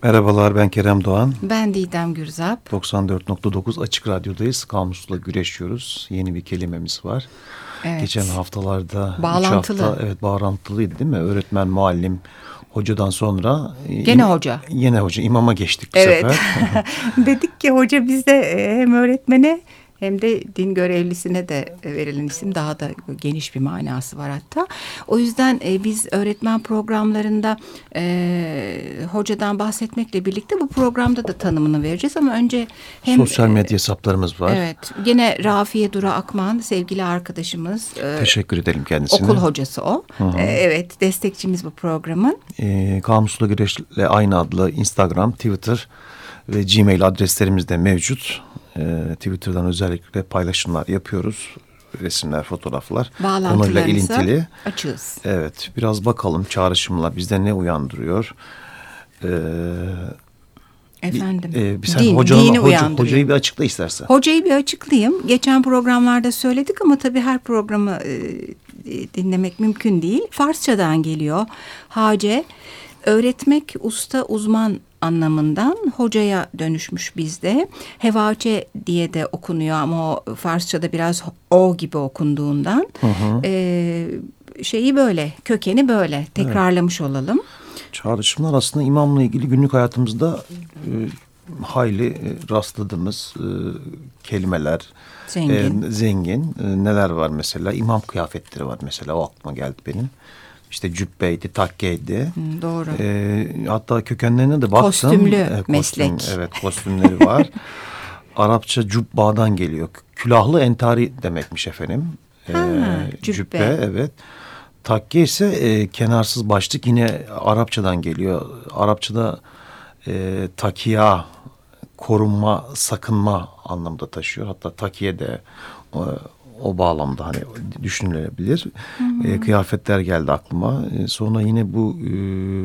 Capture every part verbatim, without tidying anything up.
Merhabalar, ben Kerem Doğan. Ben Didem Gürzap. doksan dört nokta dokuz Açık Radyo'dayız. Kamusla güreşiyoruz. Yeni bir kelimemiz var. Evet. Geçen haftalarda, bağlantılı. üç hafta, evet bağlantılıydı değil mi? Öğretmen, muallim, hocadan sonra... Gene im, hoca. Yine hoca, imama geçtik bu evet. sefer. Dedik ki hoca bizde hem öğretmene hem de din görevlisine de verilen isim, daha da geniş bir manası var hatta. O yüzden e, biz öğretmen programlarında e, hocadan bahsetmekle birlikte bu programda da tanımını vereceğiz ama önce hem sosyal medya hesaplarımız var. Evet. Yine Rafiye Dura Akman, sevgili arkadaşımız. E, Teşekkür edelim kendisine. Okul hocası o. E, evet, destekçimiz bu programın. E, Kamusla Güreş'le aynı adlı Instagram, Twitter ve Gmail adreslerimiz de mevcut. Ee, Twitter'dan özellikle paylaşımlar yapıyoruz. Resimler, fotoğraflar. Konuyla ilintili. Açığız. Evet. Biraz bakalım çağrışımlar bizde ne uyandırıyor. Ee, Efendim. Bir, e, bir sen Din, hocanın, dini hoca, uyandırıyor. Hocayı bir açıkla istersen. Hocayı bir açıklayayım. Geçen programlarda söyledik ama tabii her programı e, dinlemek mümkün değil. Farsçadan geliyor. Hace, öğretmek, usta, uzman anlamından hocaya dönüşmüş bizde. Hevace diye de okunuyor ama o Farsçada biraz o gibi okunduğundan. Hı hı. E, şeyi böyle, kökeni böyle tekrarlamış evet. olalım. Çağrışımlar aslında imamla ilgili günlük hayatımızda e, hayli e, rastladığımız e, kelimeler. Zengin. E, zengin. E, neler var mesela? İmam kıyafetleri var mesela. O aklıma geldi benim. İşte cübbeydi, takkeydi. Hı, doğru. E, hatta kökenlerine de baktım. Kostümlü e, kostüm, meslek. Evet, kostümleri var. Arapça cubbadan geliyor. Külahlı entari demekmiş efendim. Ha, e, cübbe. cübbe, evet. Takke ise e, kenarsız başlık, yine Arapçadan geliyor. Arapçada e, takiya, korunma, sakınma anlamda taşıyor. Hatta takiye de o, o bağlamda hani düşünülebilir. E, kıyafetler geldi aklıma. E, sonra yine bu e,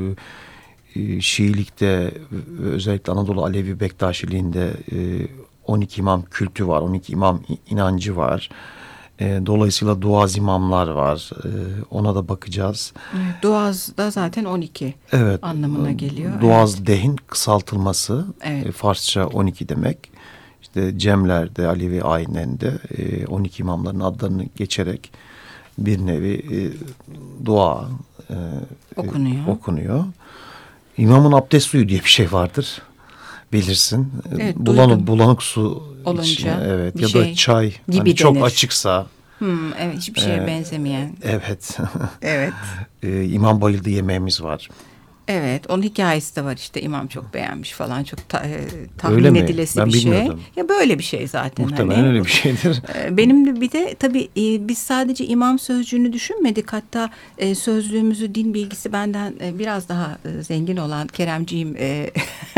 e, Şiilikte ve özellikle Anadolu Alevi Bektaşiliğinde e, on iki imam kültü var. on iki imam inancı var. E, dolayısıyla duaz imamlar var. E, ona da bakacağız. Evet, duaz da zaten on iki evet, anlamına geliyor. Duaz evet. dehin kısaltılması. Evet. E, Farsça on iki demek. İşte Cemler'de, Alevi ayinlerinde e, on iki imamların adlarını geçerek bir nevi e, dua e, okunuyor. E, okunuyor. İmamın abdest suyu diye bir şey vardır. Bilirsin. Evet, bulanık, bulanık su olunca içine, evet, ya şey da çay gibi hani çok denir. açıksa. Hmm, evet, hiçbir şeye ee, benzemeyen. Evet. evet. ee, İmam bayıldı yemeğimiz var. Evet, onun hikayesi de var işte, imam çok beğenmiş falan, çok ta, e, tahmin öyle mi? edilesi Ben bir bilmiyordum. şey. Ya böyle bir şey zaten. Muhtemelen hani. öyle bir şeydir. Benim de bir de tabii e, biz sadece imam sözcüğünü düşünmedik. Hatta e, sözlüğümüzü, din bilgisi benden e, biraz daha e, zengin olan Keremciğim e,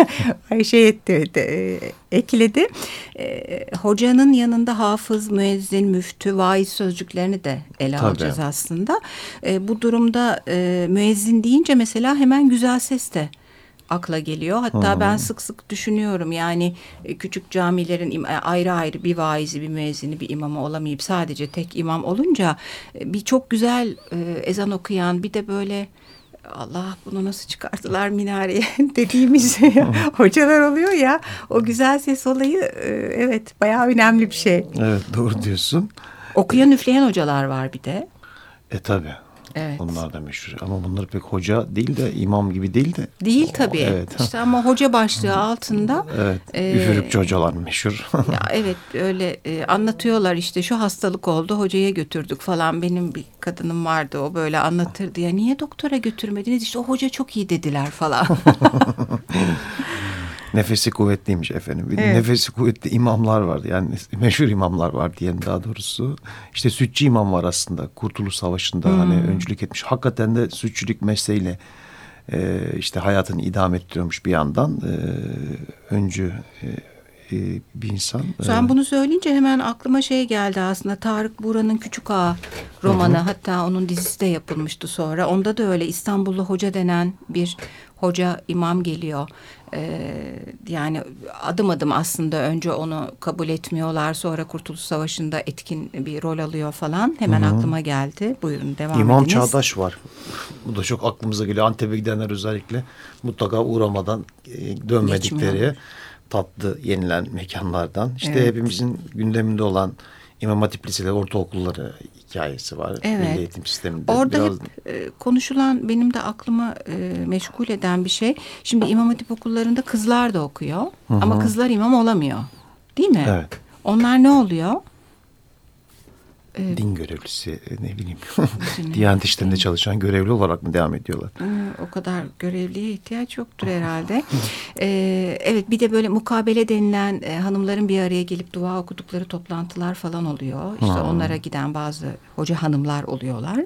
şey etti, e, ekledi. E, hocanın yanında hafız, müezzin, müftü, vaiz sözcüklerini de ele Tabii. alacağız aslında. E, bu durumda e, müezzin deyince mesela hemen güzel ses de akla geliyor. Hatta hmm. ben sık sık düşünüyorum, yani küçük camilerin ayrı ayrı bir vaizi, bir müezzini, bir imamı olamayıp sadece tek imam olunca bir çok güzel ezan okuyan, bir de böyle Allah bunu nasıl çıkarttılar minareye dediğimiz hocalar oluyor ya, o güzel ses olayı evet bayağı önemli bir şey. Evet, doğru diyorsun. Okuyan üfleyen hocalar var bir de. E tabii. Evet. Bunlar da meşhur. Ama bunlar pek hoca değil de, imam gibi değil de. Değil tabii. Evet. İşte ama hoca başlığı altında. Evet. E, Üfürükçü hocalar meşhur. ya evet, öyle e, anlatıyorlar işte, şu hastalık oldu, hocaya götürdük falan. Benim bir kadınım vardı, o böyle anlatırdı ya, niye doktora götürmediniz, işte o hoca çok iyi dediler falan. Nefesi kuvvetliymiş efendim. Bir evet. Nefesi kuvvetli imamlar var. Yani meşhur imamlar var diyelim daha doğrusu. İşte sütçü imam var aslında. Kurtuluş Savaşı'nda hmm. hani öncülük etmiş. Hakikaten de sütçülük mesleğiyle e, işte hayatını idame ettiriyormuş bir yandan. E, öncü e, e, bir insan. Sen bunu söyleyince hemen aklıma şey geldi aslında. Tarık Buğra'nın Küçük Ağa romanı. Hı hı. Hatta onun dizisi de yapılmıştı sonra. Onda da öyle İstanbullu hoca denen bir hoca imam geliyor. Ee, yani adım adım aslında önce onu kabul etmiyorlar, sonra Kurtuluş Savaşı'nda etkin bir rol alıyor falan. Hemen Hı-hı. aklıma geldi. Buyurun devam İmam ediniz. Çağdaş var. Bu da çok aklımıza geliyor. Antep'e gidenler özellikle mutlaka uğramadan e, dönmedikleri Geçmiyor. tatlı yenilen mekanlardan. İşte evet. hepimizin gündeminde olan İmam Hatip Liseleri, ortaokulları hikayesi var. Evet. Milli eğitim sisteminde. Orada Biraz... hep e, konuşulan, benim de aklımı e, meşgul eden bir şey. Şimdi İmam Hatip okullarında kızlar da okuyor. Hı-hı. Ama kızlar imam olamıyor. Değil mi? Evet. Onlar ne oluyor? Ee, Din görevlisi, ne bileyim. Diyanet işlerinde çalışan görevli olarak mı devam ediyorlar? Ee, o kadar görevliye ihtiyaç yoktur herhalde. ee, evet, bir de böyle mukabele denilen e, hanımların bir araya gelip dua okudukları toplantılar falan oluyor. İşte hmm. onlara giden bazı hoca hanımlar oluyorlar.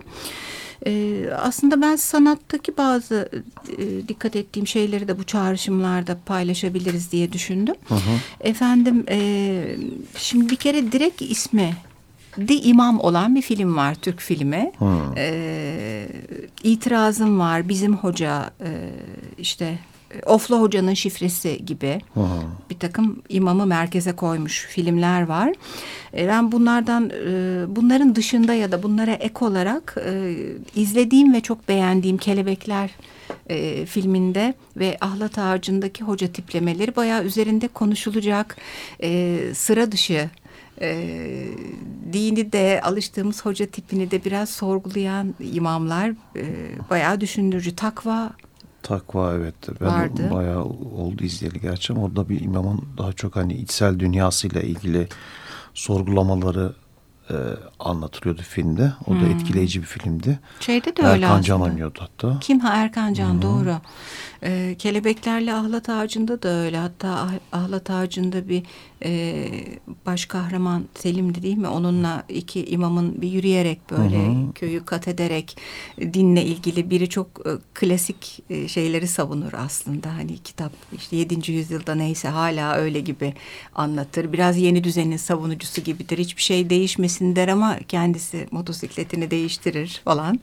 Ee, aslında ben sanattaki bazı e, dikkat ettiğim şeyleri de bu çağrışımlarda paylaşabiliriz diye düşündüm. Hı hı. Efendim, e, şimdi bir kere direkt ismi de imam olan bir film var, Türk filmi. Hmm. Ee, itirazım var, bizim hoca, e, işte Oflu Hoca'nın şifresi gibi hmm. bir takım imamı merkeze koymuş filmler var. E, ben bunlardan, e, bunların dışında ya da bunlara ek olarak e, izlediğim ve çok beğendiğim Kelebekler e, filminde ve Ahlat Ağacı'ndaki hoca tiplemeleri bayağı üzerinde konuşulacak, e, sıra dışı, E, dini de, alıştığımız hoca tipini de biraz sorgulayan imamlar, e, bayağı düşündürücü. Takva Takva evet. Ben vardı. Bayağı oldu izleyeli gerçi, ama orada bir imamın daha çok hani içsel dünyasıyla ilgili sorgulamaları e, anlatılıyordu filmde. O hmm. da etkileyici bir filmdi. Şeyde de öyle Erkan Can oynuyordu hatta. Kim ha Erkan Can, hmm. doğru. Ee, Kelebeklerle Ahlat Ağacı'nda da öyle. Hatta Ahlat Ağacı'nda bir e, baş kahraman Selim'di değil mi? Onunla iki imamın bir yürüyerek böyle hı hı. köyü kat ederek dinle ilgili, biri çok e, klasik e, şeyleri savunur aslında. Hani kitap işte yedinci yüzyılda neyse hala öyle gibi anlatır. Biraz yeni düzenin savunucusu gibidir. Hiçbir şey değişmesin der ama kendisi motosikletini değiştirir falan.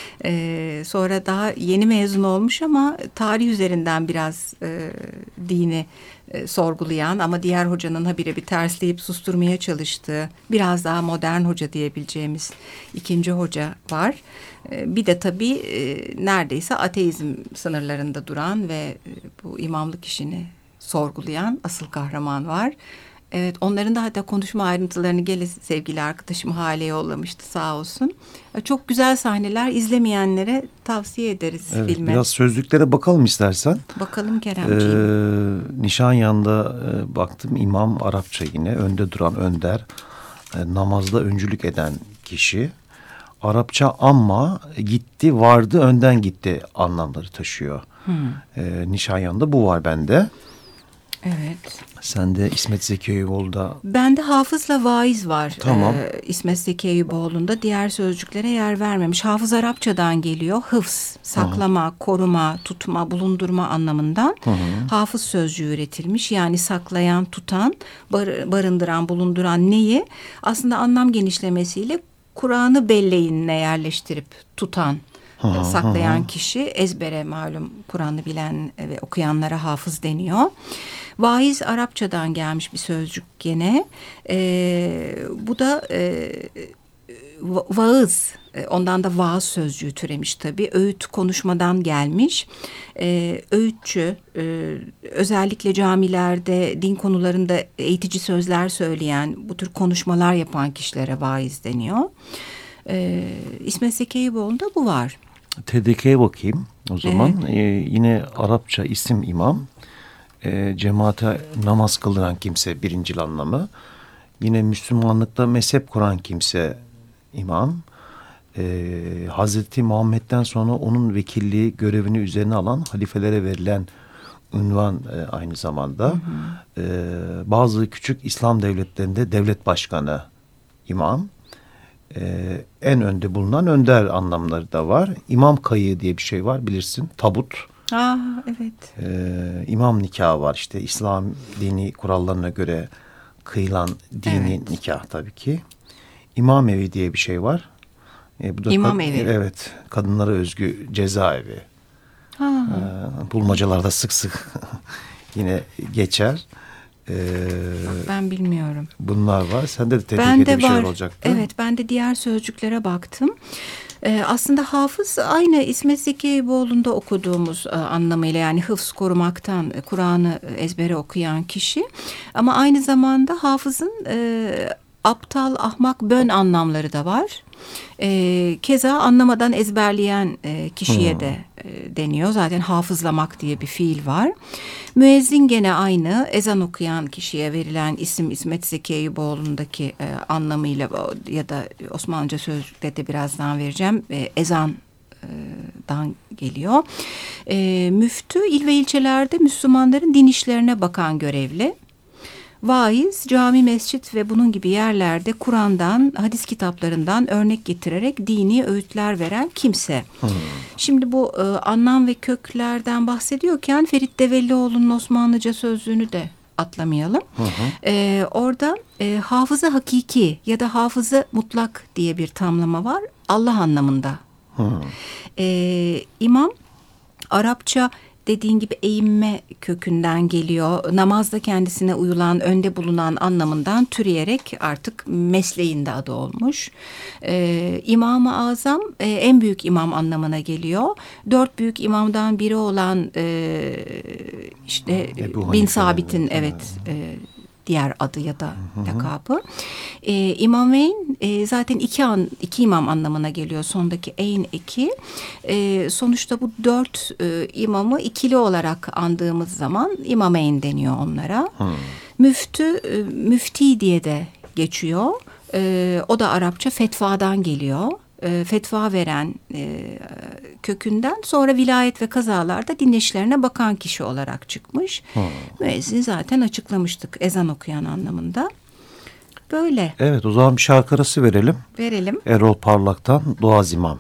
E, sonra daha yeni mezun olmuş ama tarih üzerinden biraz e, dini e, sorgulayan ama diğer hocanın habire bir tersleyip susturmaya çalıştığı, biraz daha modern hoca diyebileceğimiz ikinci hoca var. E, bir de tabii e, neredeyse ateizm sınırlarında duran ve e, bu imamlık işini sorgulayan asıl kahraman var. Evet, onların da hatta konuşma ayrıntılarını gele sevgili arkadaşım Hale yollamıştı, sağ olsun. Çok güzel sahneler, izlemeyenlere tavsiye ederiz evet, filmi. Biraz sözlüklere bakalım istersen. Bakalım Keremciğim. Ee, Nişanyan'da e, baktım, imam Arapça yine, önde duran önder, e, namazda öncülük eden kişi. Arapça ama gitti, vardı, önden gitti anlamları taşıyor. Hmm. E, Nişanyan'da bu var bende. Evet. Sende İsmet Zeki Eyüboğlu'da. Bende hafızla vaiz var. Tamam. Ee, İsmet Zeki Eyüboğlu'nda diğer sözcüklere yer vermemiş. Hafız Arapçadan geliyor. Hıfz, saklama, Hı-hı. koruma, tutma, bulundurma anlamından. Hı-hı. Hafız sözcüğü üretilmiş. Yani saklayan, tutan, bar- barındıran, bulunduran neyi? Aslında anlam genişlemesiyle Kur'an'ı belleğine yerleştirip tutan, Hı-hı. saklayan Hı-hı. kişi. Ezbere malum Kur'an'ı bilen ve okuyanlara hafız deniyor. Vaiz Arapçadan gelmiş bir sözcük gene. Ee, bu da e, vaız. Ondan da vaaz sözcüğü türemiş tabii. Öğüt konuşmadan gelmiş. Ee, öğütçü, e, özellikle camilerde din konularında eğitici sözler söyleyen, bu tür konuşmalar yapan kişilere vaiz deniyor. Ee, İsmet Zeki Eyüboğlu'nda bu var. T D K'ye bakayım o zaman. Evet. Ee, yine Arapça isim imam. E, cemaate namaz kıldıran kimse birincil anlamı. Yine Müslümanlıkta mezhep kuran kimse imam. E, Hazreti Muhammed'den sonra onun vekilliği görevini üzerine alan halifelere verilen unvan e, aynı zamanda. Hı hı. E, bazı küçük İslam devletlerinde devlet başkanı imam. E, en önde bulunan önder anlamları da var. İmam kayığı diye bir şey var, bilirsin, tabut. Aa, evet. Ee, imam nikahı var, işte İslam dini kurallarına göre kıyılan dini evet. nikah tabii ki. İmam evi diye bir şey var. Ee, bu da İmam evi. Evet, kadınlara özgü cezaevi. Ha. Ee, bulmacalarda sık sık yine geçer. Ee, Ben bilmiyorum. Bunlar var. Sende de T C K'de Bende bir şeyler var. olacaktı. Evet, ben de diğer sözcüklere baktım. Ee, aslında hafız aynı İsmet Zeki Eyüboğlu'nda okuduğumuz e, anlamıyla, yani hıfz korumaktan e, Kur'an'ı ezbere okuyan kişi. Ama aynı zamanda hafızın e, aptal, ahmak, bön anlamları da var. E, keza anlamadan ezberleyen e, kişiye hmm. de e, deniyor. Zaten hafızlamak diye bir fiil var. Müezzin gene aynı, ezan okuyan kişiye verilen isim İsmet Zeki Eyüboğlu'ndaki e, anlamıyla ya da Osmanlıca sözlükte de birazdan vereceğim, e, ezandan geliyor. E, müftü il ve ilçelerde Müslümanların din işlerine bakan görevli. Vaiz, cami, mescit ve bunun gibi yerlerde Kur'an'dan, hadis kitaplarından örnek getirerek dini öğütler veren kimse. Hmm. Şimdi bu e, anlam ve köklerden bahsediyorken Ferit Devellioğlu'nun Osmanlıca sözlüğünü de atlamayalım. Hı hı. E, orada e, hafızı hakiki ya da hafızı mutlak diye bir tamlama var. Allah anlamında. Hı. E, İmam, Arapça dediğin gibi eğinme kökünden geliyor. Namazda kendisine uyulan, önde bulunan anlamından türeyerek artık mesleğinde adı olmuş. Ee, İmam-ı Azam e, en büyük imam anlamına geliyor. Dört büyük imamdan biri olan e, işte Ebu Bin Sabit'in evet e, diğer adı ya da lakabı. Ee, İmameyn e, zaten iki an iki imam anlamına geliyor. Sondaki eyn eki. E, sonuçta bu dört e, imamı ikili olarak andığımız zaman İmameyn deniyor onlara. Hmm. Müftü, e, müfti diye de geçiyor. E, o da Arapça fetvadan geliyor. E, fetva veren e, kökünden, sonra vilayet ve kazalarda din işlerine bakan kişi olarak çıkmış. Hmm. Müezzin zaten açıklamıştık, ezan okuyan anlamında. Böyle. Evet, o zaman bir şarkı arası verelim. Verelim. Erol Parlak'tan Doğaz İmam.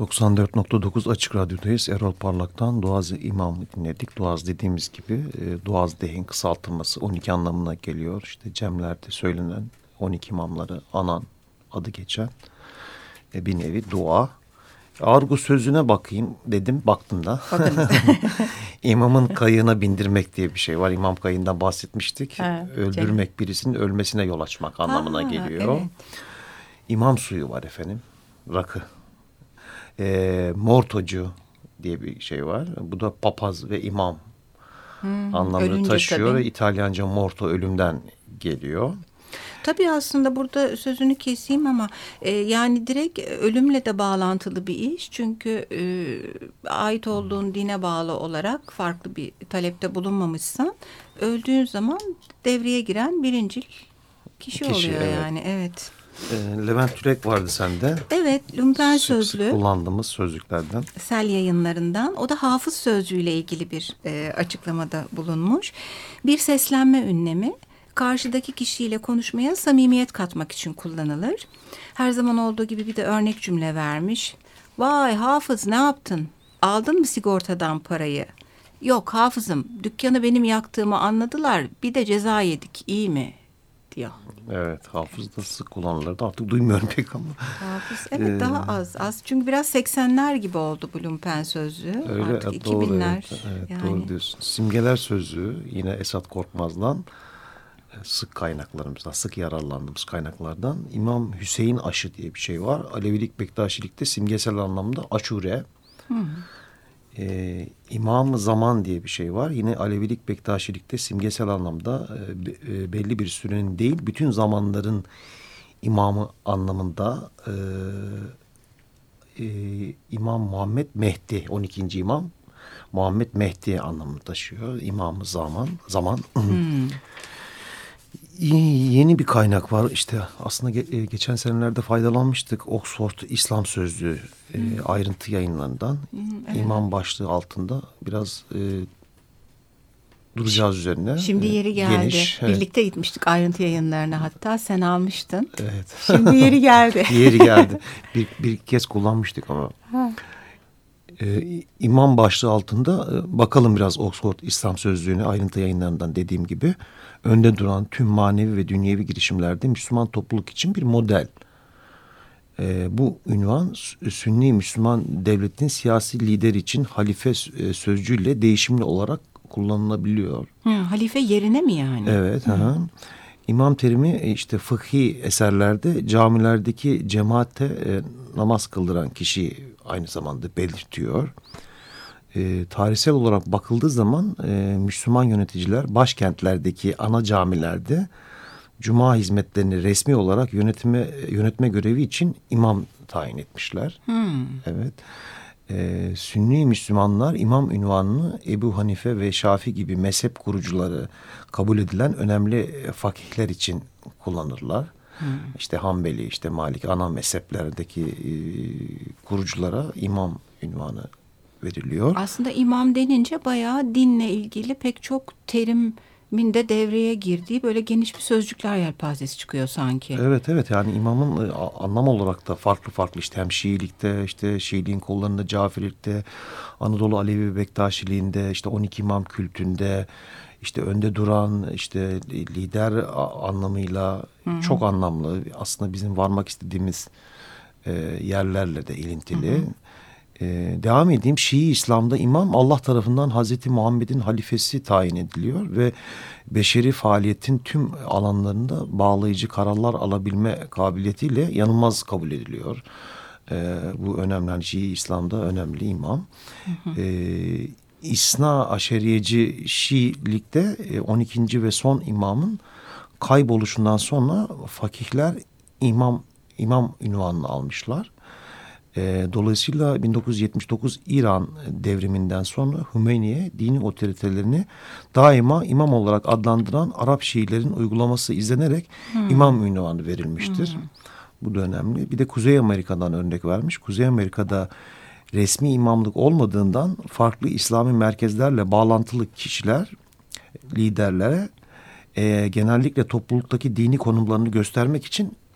doksan dört nokta dokuz Açık Radyo'dayız. Erol Parlak'tan Duaz-ı İmam'ı dinledik. Duaz dediğimiz gibi e, Duaz Dehin kısaltılması on iki anlamına geliyor. İşte cemlerde söylenen on iki imamları anan adı geçen e, bir nevi dua. Argo sözüne bakayım dedim, baktım da. İmamın kayığına bindirmek diye bir şey var. İmam kayığından bahsetmiştik. Ha, öldürmek, canım. Birisinin ölmesine yol açmak anlamına ha, geliyor. Evet. İmam suyu var efendim. Rakı. E, mortocu diye bir şey var. Bu da papaz ve imam hmm, anlamını taşıyor. Tabii. İtalyanca morto ölümden geliyor. Tabii aslında burada sözünü keseyim ama e, yani direkt ölümle de bağlantılı bir iş. Çünkü e, ait olduğun dine bağlı olarak farklı bir talepte bulunmamışsan öldüğün zaman devreye giren birincil kişi, kişi oluyor evet. Yani evet. E, Levent Türek vardı sende. Evet, Lumpen sık sözlüğü. Sık kullandığımız sözlüklerden. Sel Yayınlarından. O da hafız sözcüğüyle ilgili bir e, açıklamada bulunmuş. Bir seslenme ünlemi karşıdaki kişiyle konuşmaya samimiyet katmak için kullanılır. Her zaman olduğu gibi bir de örnek cümle vermiş. Vay hafız, ne yaptın? Aldın mı sigortadan parayı? Yok hafızım, dükkanı benim yaktığımı anladılar. Bir de ceza yedik, iyi mi? Diyor. Evet, hafız da sık kullanılır da artık duymuyorum pek ama. Hafız evet ee, daha az az. Çünkü biraz seksenler gibi oldu bu Lumpen sözlüğü. Öyle, artık doğru, iki binler. Evet, evet yani. Doğru diyorsun. Simgeler sözlüğü yine Esat Korkmaz'dan sık kaynaklarımızdan, sık yararlandığımız kaynaklardan İmam Hüseyin aşı diye bir şey var. Alevilik, Bektaşilikte simgesel anlamda aşure. Hı hı. Ee, İmam-ı Zaman diye bir şey var. Yine Alevilik, Bektaşilikte simgesel anlamda e, belli bir sürenin değil, bütün zamanların imamı anlamında e, e, İmam Muhammed Mehdi, on ikinci imam Muhammed Mehdi anlamını taşıyor. İmam-ı Zaman. Zaman. Hmm. Yeni bir kaynak var. İşte aslında ge- geçen senelerde faydalanmıştık. Oxford İslam Sözlüğü hmm. e, ayrıntı yayınlarından. Hmm, evet. İmam başlığı altında biraz e, duracağız üzerine. Şimdi yeri geldi. Geniş, birlikte evet. Gitmiştik ayrıntı yayınlarına, hatta sen almıştın. Evet. Şimdi yeri geldi. Yeri geldi. Bir, bir kez kullanmıştık ama. Ha. Ee, İmam başlığı altında e, bakalım biraz Oxford İslam Sözlüğü'ne, ayrıntı yayınlarından dediğim gibi. Önde duran tüm manevi ve dünyevi girişimlerde Müslüman topluluk için bir model. Ee, bu ünvan Sünni Müslüman devletin siyasi lider için halife sözcüğüyle değişimli olarak kullanılabiliyor. Hı, halife yerine mi yani? Evet. Hı. Aha. İmam terimi işte fıkhi eserlerde camilerdeki cemaate e, namaz kıldıran kişi aynı zamanda belirtiyor. E, tarihsel olarak bakıldığı zaman e, Müslüman yöneticiler başkentlerdeki ana camilerde cuma hizmetlerini resmi olarak yönetme yönetme görevi için imam tayin etmişler. Hmm. Evet. E, Sünni Müslümanlar imam ünvanını Ebu Hanife ve Şafi gibi mezhep kurucuları kabul edilen önemli fakihler için kullanırlar. Hmm. İşte Hanbeli, işte Malik, ana mezheplerdeki e, kuruculara imam ünvanı veriliyor. Aslında imam denince bayağı dinle ilgili pek çok terimin de devreye girdiği böyle geniş bir sözcükler yelpazesi çıkıyor sanki. Evet evet, yani imamın e, anlam olarak da farklı farklı, işte hem Şiilikte, işte Şiiliğin kollarında Caferilikte, Anadolu Alevi ve Bektaşiliğinde, işte on iki imam kültünde, işte önde duran, işte lider anlamıyla Hı-hı. çok anlamlı. Aslında bizim varmak istediğimiz e, yerlerle de ilintili. Hı-hı. Ee, devam edeyim. Şii İslam'da imam Allah tarafından Hazreti Muhammed'in halifesi tayin ediliyor ve beşeri faaliyetin tüm alanlarında bağlayıcı kararlar alabilme kabiliyetiyle yanılmaz kabul ediliyor. Ee, bu önemli. Yani Şii İslam'da önemli imam. Hı hı. Ee, İsna Aşeriyeci Şiilikte on ikinci ve son imamın kayboluşundan sonra fakihler imam imam ünvanını almışlar. E, dolayısıyla bin dokuz yüz yetmiş dokuz İran devriminden sonra Hümeyni'ye dini otoritelerini daima imam olarak adlandıran Arap Şiilerin uygulaması izlenerek hmm. imam ünvanı verilmiştir. Hmm. Bu da önemli. Bir de Kuzey Amerika'dan örnek vermiş. Kuzey Amerika'da resmi imamlık olmadığından farklı İslami merkezlerle bağlantılı kişiler, liderlere e, genellikle topluluktaki dini konumlarını göstermek için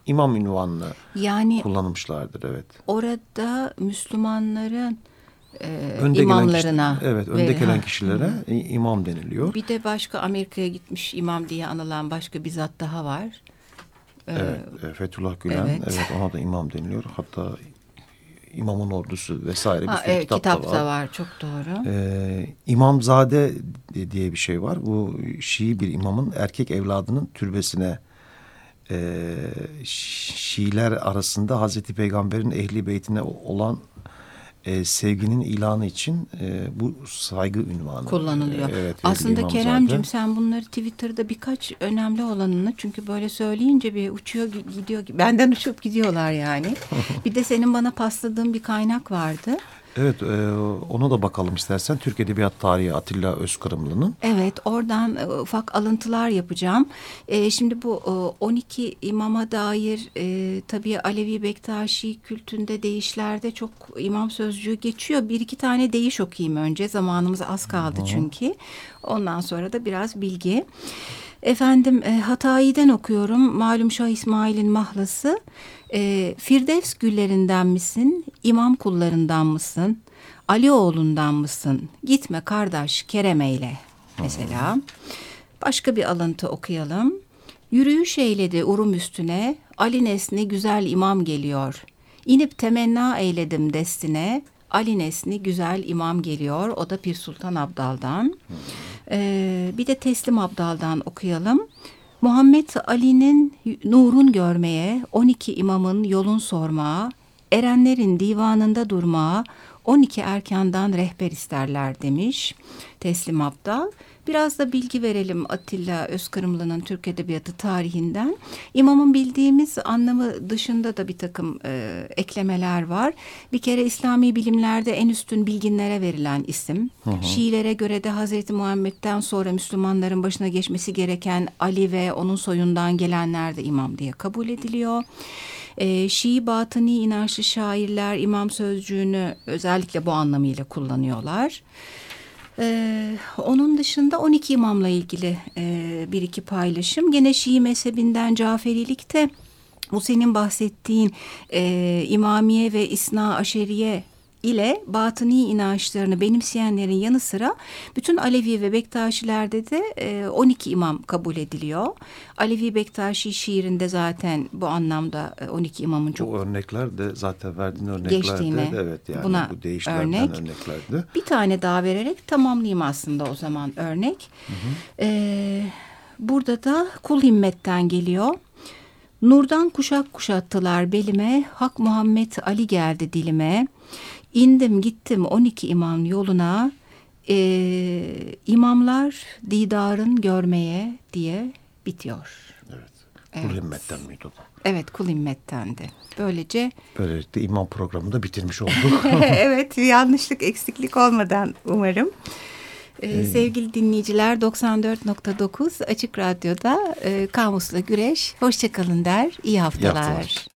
imam ünvanını yani kullanmışlardır. Evet. Orada Müslümanların e, önde imamlarına. Gelen kişi, evet, önde ve, gelen ha, kişilere hı. imam deniliyor. Bir de başka Amerika'ya gitmiş imam diye anılan başka bir zat daha var. Evet, ee, Fethullah Gülen, evet. evet ona da imam deniliyor. Hatta İmamın Ordusu vesaire bir ha, sürü evet, kitap, kitap da var. da var. Çok doğru. Ee, İmamzade diye bir şey var. Bu Şii bir imamın erkek evladının türbesine e, Şiiler arasında Hazreti Peygamber'in ehli beytine olan e, sevginin ilanı için e, bu saygı ünvanı kullanılıyor. E, evet, aslında Keremcim sen bunları Twitter'da birkaç önemli olanını, çünkü böyle söyleyince bir uçuyor gidiyor, benden uçup gidiyorlar yani. Bir de senin bana pasladığın bir kaynak vardı. Evet, e, ona da bakalım istersen. Türk Edebiyat Tarihi Atilla Özkırımlı'nın. Evet, oradan e, ufak alıntılar yapacağım. E, şimdi bu e, on iki imama dair e, tabii Alevi Bektaşi kültünde deyişlerde çok imam sözcüğü geçiyor. Bir iki tane deyiş okuyayım önce. Zamanımız az kaldı Hı. çünkü. Ondan sonra da biraz bilgi. Efendim e, Hatayi'den okuyorum. Malum Şah İsmail'in mahlası. E, Firdevs güllerinden misin? İmam kullarından mısın? Ali oğlundan mısın? Gitme kardeş kerem eyle. Mesela. Başka bir alıntı okuyalım. Yürüyüş eyledi urum üstüne. Ali Nesni güzel imam geliyor. İnip temenna eyledim destine. Ali Nesni güzel imam geliyor. O da Pir Sultan Abdal'dan. Ee, bir de Teslim Abdal'dan okuyalım. Muhammed Ali'nin nurun görmeye, on iki imamın yolun sormaya, erenlerin divanında durmaya, on iki erkandan rehber isterler demiş Teslim Abdal. Biraz da bilgi verelim Atilla Özkırımlı'nın Türk Edebiyatı tarihinden. İmamın bildiğimiz anlamı dışında da bir takım e, eklemeler var. Bir kere İslami bilimlerde en üstün bilginlere verilen isim. Hı hı. Şiilere göre de Hazreti Muhammed'den sonra Müslümanların başına geçmesi gereken Ali ve onun soyundan gelenler de imam diye kabul ediliyor. E, Şii batıni inançlı şairler imam sözcüğünü özellikle bu anlamıyla kullanıyorlar. Ee, onun dışında on iki imamla ilgili e, bir iki paylaşım. Gene Şii mezhebinden Caferilikte bu senin bahsettiğin e, İmamiye ve İsna Aşeriye ile batıni inançlarını benimseyenlerin yanı sıra bütün Alevi ve Bektaşilerde de e, on iki imam kabul ediliyor. Alevi Bektaşi şiirinde zaten bu anlamda e, on iki imamın çok... Bu örnekler de zaten verdiğin örneklerde de evet yani buna bu değişlerden örnek. örneklerdi. Bir tane daha vererek tamamlayayım aslında o zaman örnek. Hı hı. E, burada da kul himmetten geliyor. Nurdan kuşak kuşattılar belime, Hak Muhammed Ali geldi dilime. İndim gittim on iki imam yoluna, e, imamlar didarın görmeye diye bitiyor. Evet. Kul evet. himmetten miydi o? Evet, kul himmettendi. Böylece... Böylelikle imam programını da bitirmiş olduk. Evet, yanlışlık, eksiklik olmadan umarım. Ee, ee, sevgili dinleyiciler, doksan dört nokta dokuz Açık Radyo'da e, Kamus'la Güreş. Hoşçakalın der, iyi haftalar. İyi haftalar.